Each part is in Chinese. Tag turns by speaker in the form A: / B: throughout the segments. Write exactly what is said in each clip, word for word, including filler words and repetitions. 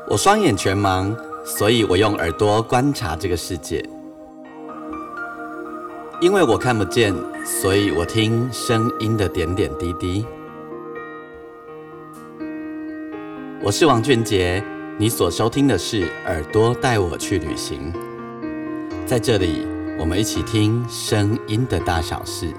A: 我双眼全盲，所以我用耳朵观察这个世界。因为我看不见，所以我听声音的点点滴滴。我是王俊杰，你所收听的是《耳朵带我去旅行》。在这里，我们一起听声音的大小事。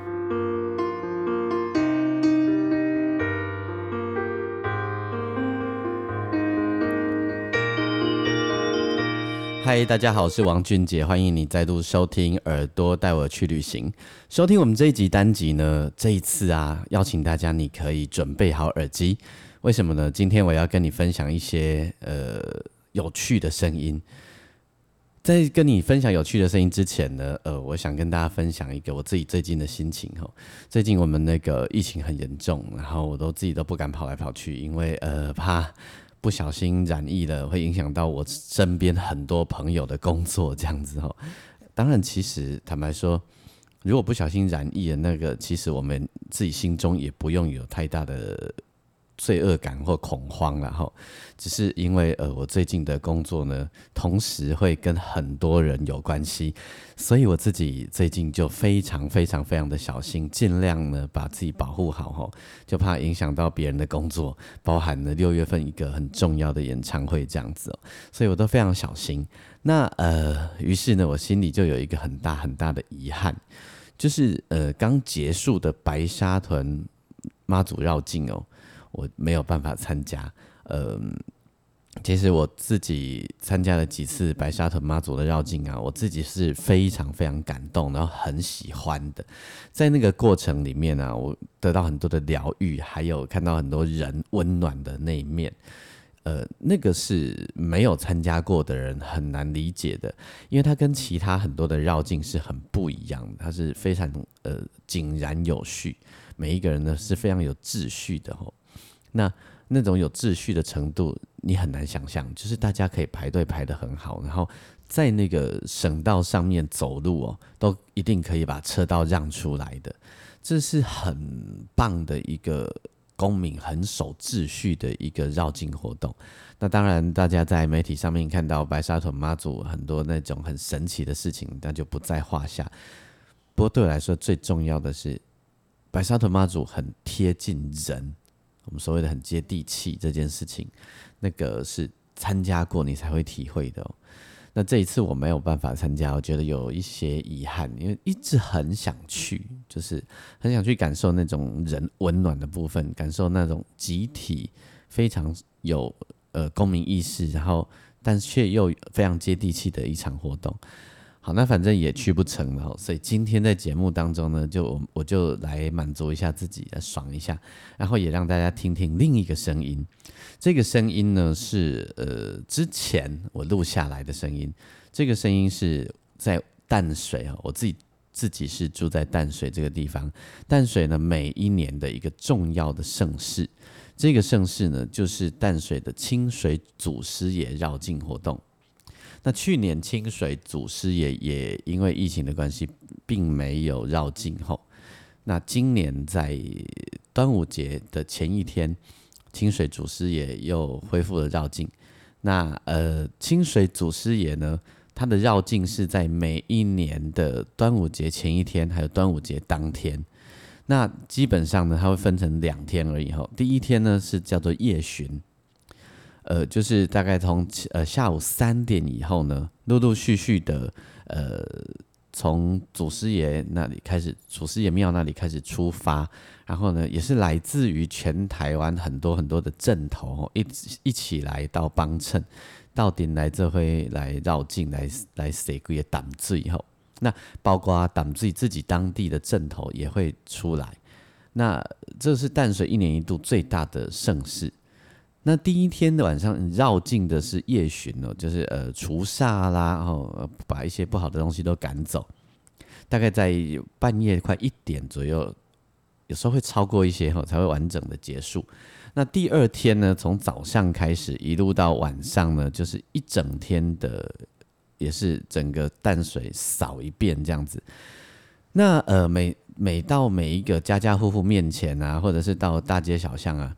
A: 嗨，大家好，我是王俊杰，欢迎你再度收听《耳朵带我去旅行》。收听我们这一集单集呢，这一次啊，邀请大家你可以准备好耳机。为什么呢？今天我要跟你分享一些呃有趣的声音。在跟你分享有趣的声音之前呢，呃，我想跟大家分享一个我自己最近的心情哈。最近我们那个疫情很严重，然后我都自己都不敢跑来跑去，因为呃怕不小心染疫了，会影响到我身边很多朋友的工作这样子哈。当然，其实坦白说，如果不小心染疫的那个，其实我们自己心中也不用有太大的罪恶感或恐慌啦齁，只是因为呃我最近的工作呢，同时会跟很多人有关系，所以我自己最近就非常非常非常的小心，尽量呢把自己保护好齁，就怕影响到别人的工作，包含了六月份一个很重要的演唱会这样子哦，所以我都非常小心。那呃，于是呢，我心里就有一个很大很大的遗憾，就是呃刚结束的白沙屯妈祖绕境哦。我没有办法参加，呃，其实我自己参加了几次白沙屯妈祖的绕境啊，我自己是非常非常感动，然后很喜欢的。在那个过程里面啊，我得到很多的疗愈，还有看到很多人温暖的那一面。呃，那个是没有参加过的人很难理解的，因为它跟其他很多的绕境是很不一样的，它是非常呃井然有序，每一个人呢是非常有秩序的吼。那那种有秩序的程度，你很难想象，就是大家可以排队排得很好，然后在那个省道上面走路哦，都一定可以把车道让出来的，这是很棒的一个公民很守秩序的一个绕境活动。那当然，大家在媒体上面看到白沙屯妈祖很多那种很神奇的事情，那就不在话下。不过对我来说，最重要的是白沙屯妈祖很贴近人。我们所谓的很接地气这件事情，那个是参加过你才会体会的哦。那这一次我没有办法参加，我觉得有一些遗憾，因为一直很想去，就是很想去感受那种人温暖的部分，感受那种集体非常有呃公民意识，然后但却又非常接地气的一场活动。好，那反正也去不成了，所以今天在节目当中呢，就 我, 我就来满足一下自己，来爽一下，然后也让大家听听另一个声音。这个声音呢是呃之前我录下来的声音，这个声音是在淡水，我自己自己是住在淡水这个地方。淡水呢每一年的一个重要的盛事，这个盛事呢就是淡水的清水祖师爷绕境活动。那去年清水祖师爷也因为疫情的关系，并没有绕境后，那今年在端午节的前一天，清水祖师爷又恢复了绕境。那呃，清水祖师爷呢，他的绕境是在每一年的端午节前一天，还有端午节当天。那基本上呢，它会分成两天而已吼。第一天呢是叫做夜巡。呃，就是大概从呃下午三点以后呢，陆陆续续的呃，从祖师爷那里开始，祖师爷庙那里开始出发，然后呢，也是来自于全台湾很多很多的镇头一一起来到帮衬，到顶来这会来绕境来来洗几个淡水吼，那包括淡水自己当地的镇头也会出来，那这是淡水一年一度最大的盛事。那第一天的晚上绕境的是夜巡哦，就是呃除煞啦，然后把一些不好的东西都赶走。大概在半夜快一点左右，有时候会超过一些才会完整的结束。那第二天呢，从早上开始一路到晚上呢，就是一整天的，也是整个淡水扫一遍这样子。那呃每每到每一个家家户户面前啊，或者是到大街小巷啊。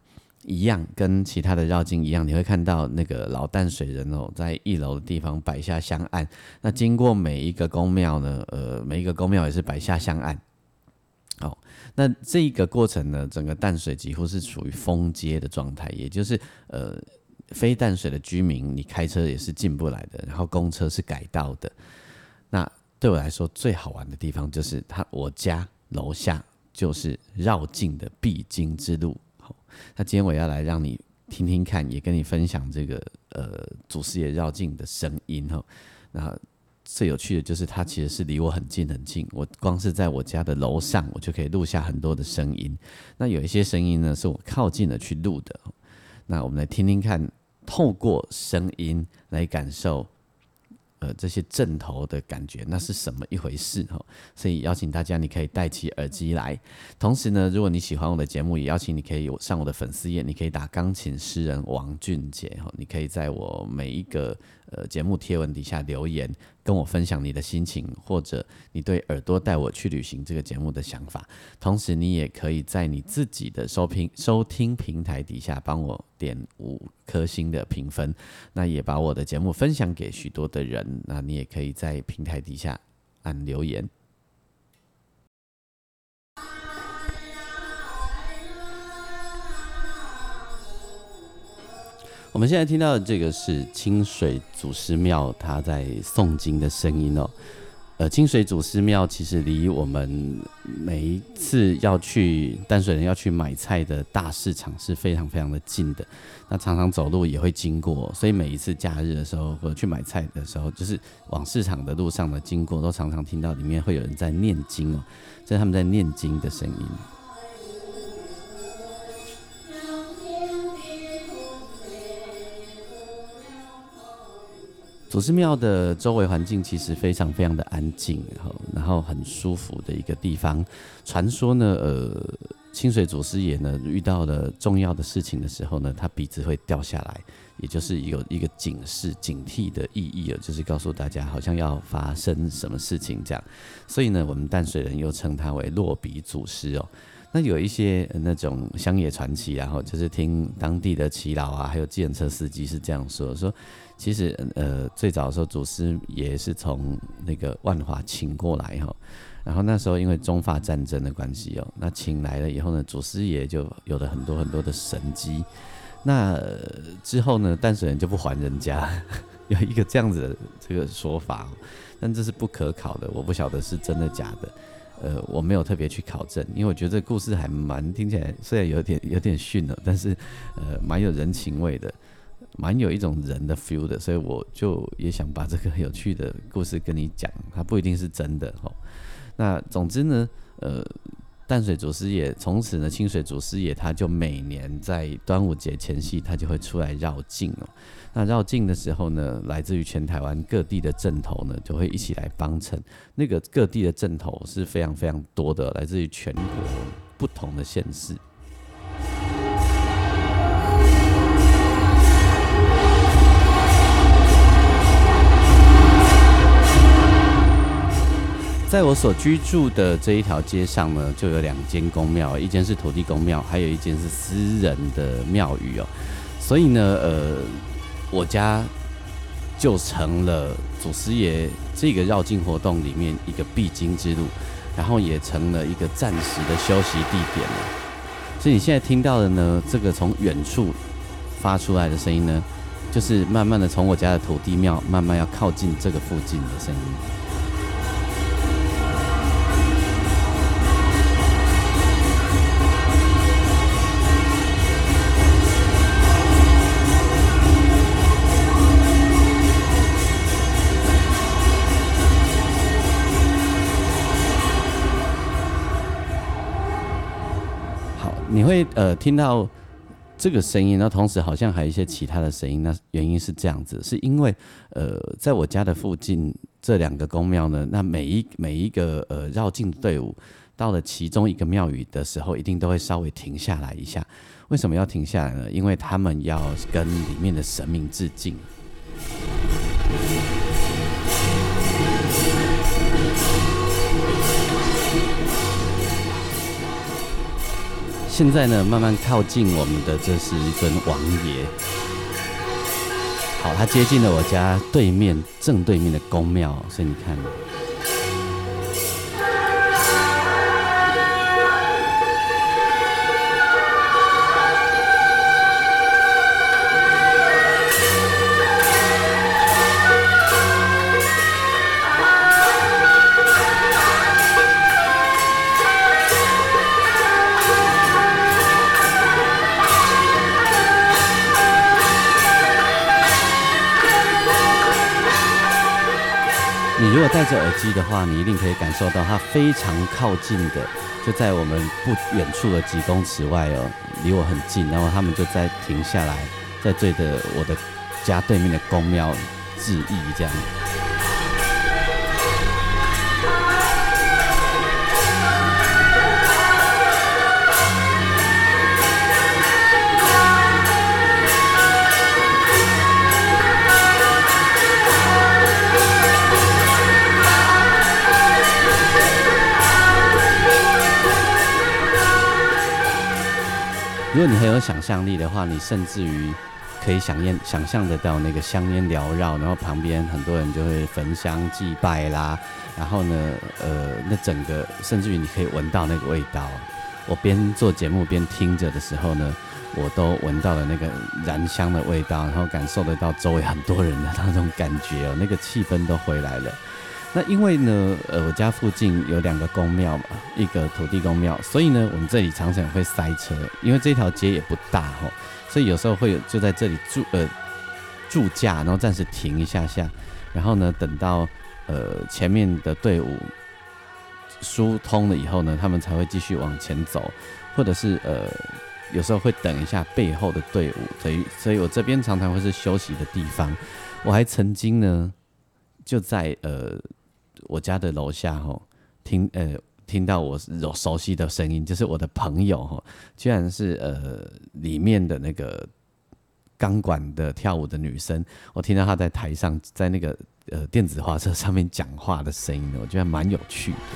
A: 一样，跟其他的绕境一样，你会看到那个老淡水人哦，在一楼的地方摆下香案。那经过每一个宫庙呢，呃，每一个宫庙也是摆下香案。哦，那这一个过程呢，整个淡水几乎是处于封街的状态，也就是呃，非淡水的居民，你开车也是进不来的，然后公车是改道的。那对我来说最好玩的地方就是他我家楼下就是绕境的必经之路。好，那今天我要来让你听听看，也跟你分享这个呃祖师爷绕境的声音哈。那最有趣的就是它其实是离我很近很近，我光是在我家的楼上，我就可以录下很多的声音。那有一些声音呢，是我靠近了去录的。那我们来听听看，透过声音来感受。呃，这些阵头的感觉，那是什么一回事？所以邀请大家，你可以戴起耳机来。同时呢，如果你喜欢我的节目，也邀请你可以上我的粉丝页，你可以打钢琴诗人王俊杰，你可以在我每一个呃节目贴文底下留言，跟我分享你的心情，或者你对耳朵带我去旅行这个节目的想法。同时，你也可以在你自己的收听收听平台底下帮我点五颗星的评分，那也把我的节目分享给许多的人。那你也可以在平台底下按留言。我们现在听到的这个是清水祖师庙，它在诵经的声音哦。呃，清水祖师庙其实离我们每一次要去淡水人要去买菜的大市场是非常非常的近的，那常常走路也会经过，所以每一次假日的时候或者去买菜的时候，就是往市场的路上的经过，都常常听到里面会有人在念经哦，这是他们在念经的声音。祖师庙的周围环境其实非常非常的安静，然后很舒服的一个地方。传说呢，呃，清水祖师爷呢遇到了重要的事情的时候呢，他鼻子会掉下来，也就是有一个警示、警惕的意义了，就是告诉大家好像要发生什么事情这样。所以呢，我们淡水人又称他为落鼻祖师哦。那有一些那种乡野传奇，然后就是听当地的耆老啊，还有计程车司机是这样说：说其实呃最早的时候，祖师爷是从那个万华请过来哈，然后那时候因为中法战争的关系哦，那请来了以后呢，祖师爷就有了很多很多的神迹。那、呃、之后呢，淡水人就不还人家，有一个这样子的这个说法，但这是不可考的，我不晓得是真的假的。呃，我没有特别去考证，因为我觉得这个故事还蛮听起来虽然有点有点逊了，但是呃蛮有人情味的，蛮有一种人的 feel 的，所以我就也想把这个有趣的故事跟你讲，它不一定是真的齁。那总之呢，呃，淡水祖师爷从此呢，清水祖师爷他就每年在端午节前夕，他就会出来绕境哦。那绕境的时候呢，来自于全台湾各地的阵头呢，就会一起来帮衬。那个各地的阵头是非常非常多的，来自于全国不同的县市。在我所居住的这一条街上呢，就有两间宫庙，一间是土地公庙，还有一间是私人的庙宇哦。所以呢，呃。我家就成了祖师爷这个绕境活动里面一个必经之路，然后也成了一个暂时的休息地点了。所以你现在听到的呢，这个从远处发出来的声音呢，就是慢慢的从我家的土地庙慢慢要靠近这个附近的声音。你会呃听到这个声音，那同时好像还有一些其他的声音。那原因是这样子，是因为呃在我家的附近这两个宫庙呢，那每一每一个呃绕境队伍到了其中一个庙宇的时候，一定都会稍微停下来一下。为什么要停下来呢？因为他们要跟里面的神明致敬。 现在呢，慢慢靠近我们的这是一尊王爷。好，它接近了我家对面正对面的宫庙，所以你看。你如果戴着耳机的话，你一定可以感受到它非常靠近的，就在我们不远处的几公尺外哦，离我很近。然后他们就在停下来，在对着我的家对面的宫庙致意，这样。如果你很有想象力的话，你甚至于可以想烟想象得到那个香烟缭绕，然后旁边很多人就会焚香祭拜啦，然后呢，呃，那整个甚至于你可以闻到那个味道。我边做节目边听着的时候呢，我都闻到了那个燃香的味道，然后感受得到周围很多人的那种感觉哦，那个气氛都回来了。那因为呢，呃，我家附近有两个宫庙嘛，一个土地公庙，所以呢，我们这里常常会塞车，因为这条街也不大吼，所以有时候会有就在这里驻呃驻驾，然后暂时停一下下，然后呢，等到呃前面的队伍疏通了以后呢，他们才会继续往前走，或者是呃有时候会等一下背后的队伍，所以所以我这边常常会是休息的地方。我还曾经呢就在呃。我家的楼下吼，听呃听到我熟悉的声音，就是我的朋友吼，居然是呃里面的那个钢管的跳舞的女生，我听到她在台上在那个呃电子花车上面讲话的声音，我觉得蛮有趣的。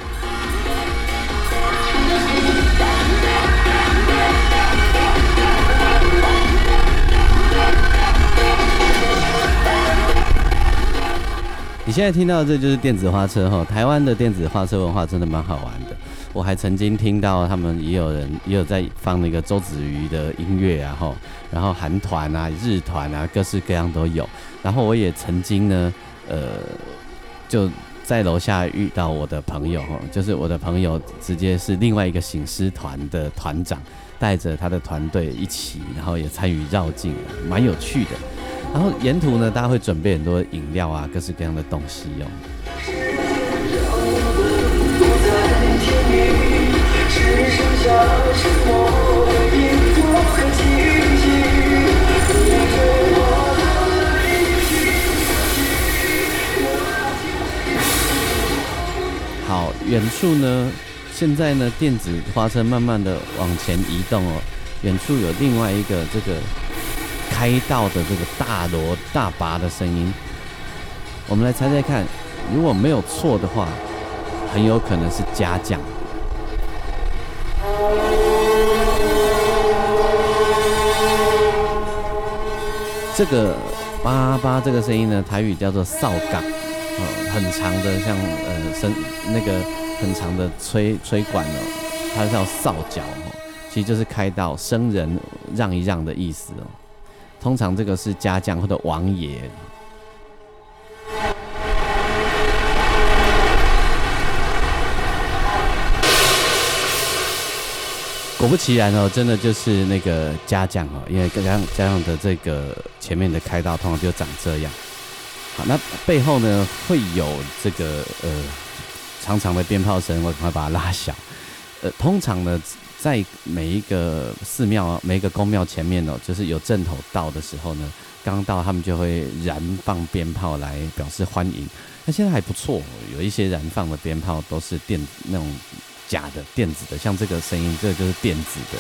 A: 你现在听到的这就是电子花车哈，台湾的电子花车文化真的蛮好玩的。我还曾经听到他们也有人也有在放那个周子瑜的音乐啊哈，然后韩团啊、日团啊，各式各样都有。然后我也曾经呢，呃，就在楼下遇到我的朋友哈，就是我的朋友直接是另外一个醒狮团的团长，带着他的团队一起，然后也参与绕境，蛮有趣的。然后沿途呢，大家会准备很多饮料啊，各式各样的东西哦。好，远处呢，现在呢，电子花车慢慢的往前移动哦。远处有另外一个这个开道的这个大锣大拔的声音，我们来猜猜看，如果没有错的话，很有可能是家将。这个叭叭这个声音呢，台语叫做哨杠，呃，很长的像呃声那个很长的吹吹管哦，它叫哨角哦，其实就是开道生人让一让的意思哦。通常这个是家将或者王爷。果不其然哦，真的就是那个家将哦，因为家将家将的这个前面的开道通常就长这样。好，那背后呢会有这个呃长长的鞭炮声，我赶快把它拉小。呃，通常呢，在每一个寺庙、每一个宫庙前面哦，就是有阵头到的时候呢，刚到他们就会燃放鞭炮来表示欢迎。那现在还不错，有一些燃放的鞭炮都是电那种假的电子的，像这个声音，这个就是电子的。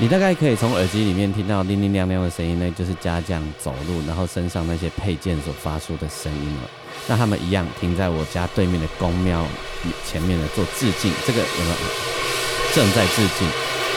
A: 你大概可以从耳机里面听到铃铃亮亮的声音，那就是家将走路，然后身上那些配件所发出的声音了。那他们一样停在我家对面的宫庙前面的做致敬，这个有没有？正在致敬。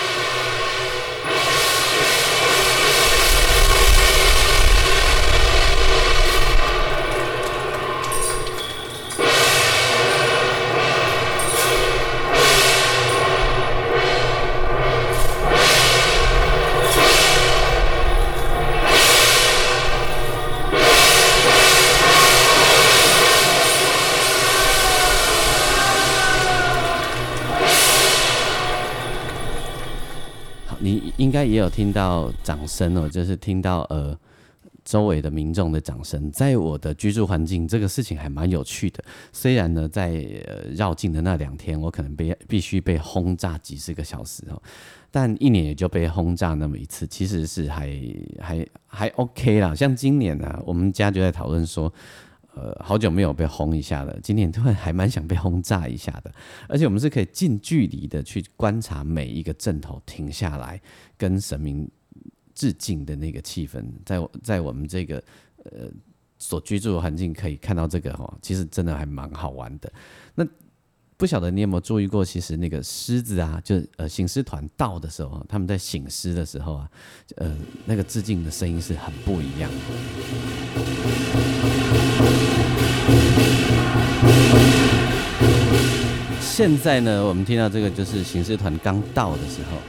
A: 你应该也有听到掌声哦，就是听到呃周围的民众的掌声。在我的居住环境，这个事情还蛮有趣的。虽然呢，在呃绕境的那两天，我可能被必须被轰炸几十个小时哦，但一年也就被轰炸那么一次，其实是还还还 OK 啦。像今年啊，我们家就在讨论说。呃，好久没有被轰一下了，今年突然还蛮想被轰炸一下的，而且我们是可以近距离的去观察每一个阵头停下来，跟神明致敬的那个气氛，在在我们这个呃所居住的环境可以看到这个哦，其实真的还蛮好玩的。那不晓得你有没有注意过，其实那个狮子啊，就是呃行狮团到的时候，他们在醒狮的时候啊，呃那个致敬的声音是很不一样的。现在呢，我们听到这个就是行狮团刚到的时候，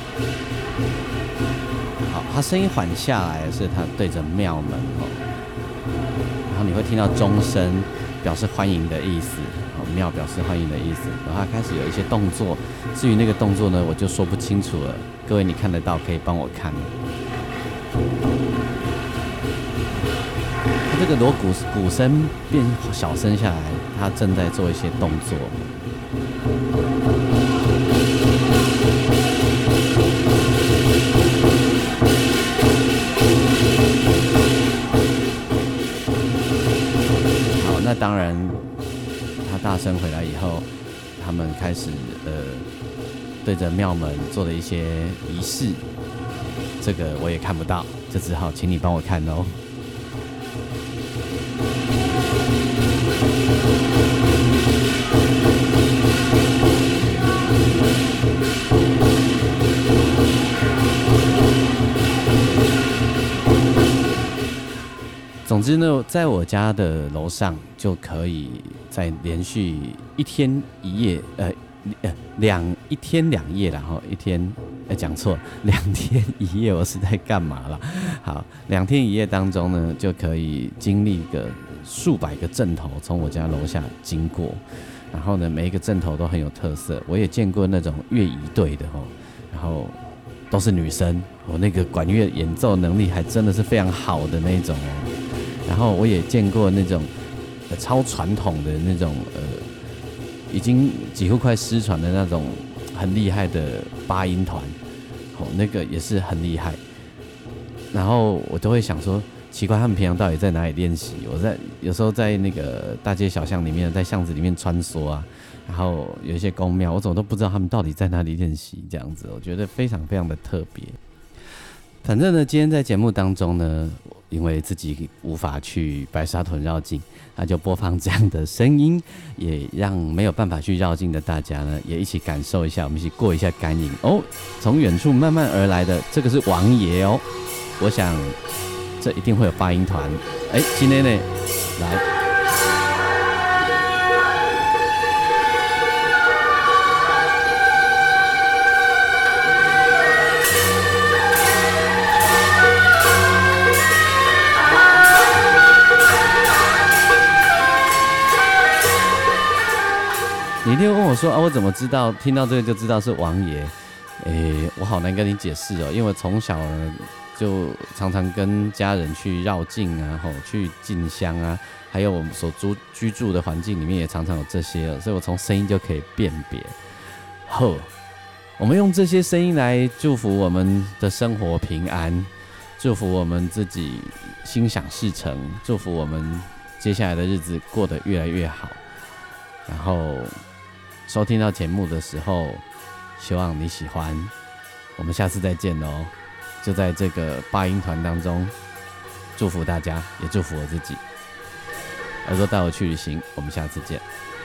A: 好，他声音缓下来，是他对着庙门哦，然后你会听到钟声，表示欢迎的意思，哦，庙表示欢迎的意思，然后他开始有一些动作，至于那个动作呢，我就说不清楚了，各位你看得到可以帮我看。他这个锣鼓鼓声变小声下来，他正在做一些动作。好，那当然，他大声回来以后，他们开始呃对着庙门做了一些仪式，这个我也看不到，就只好请你帮我看哦。总之呢，在我家的楼上就可以在连续一天一夜，呃呃两一天两夜，然后一天，哎讲错，两天一夜，我是在干嘛啦？好，两天一夜当中呢，就可以经历个数百个阵头从我家楼下经过，然后呢，每一个阵头都很有特色，我也见过那种乐仪队的哦，然后都是女生，我那个管乐演奏能力还真的是非常好的那种哦。然后我也见过那种、呃、超传统的那种呃，已经几乎快失传的那种很厉害的八音团，哦，那个也是很厉害。然后我都会想说，奇怪，他们平常到底在哪里练习？我在有时候在那个大街小巷里面，在巷子里面穿梭啊，然后有一些宫庙，我怎么都不知道他们到底在哪里练习，这样子，我觉得非常非常的特别。反正呢，今天在节目当中呢，因为自己无法去白沙屯绕境，那就播放这样的声音，也让没有办法去绕境的大家呢，也一起感受一下，我们一起过一下感瘾哦。从远处慢慢而来的，这个是王爷哦，我想这一定会有八音团。哎，今天呢，来。你一定问我说啊，我怎么知道？听到这个就知道是王爷？诶，我好难跟你解释哦，因为我从小呢就常常跟家人去绕境啊，吼，去进香啊，还有我们所住居住的环境里面也常常有这些，所以我从声音就可以辨别。吼，我们用这些声音来祝福我们的生活平安，祝福我们自己心想事成，祝福我们接下来的日子过得越来越好，然后。收听到节目的时候，希望你喜欢。 我们下次再见喽！就在这个八音团当中，祝福大家，也祝福我自己。耳朵带我去旅行，我们下次见。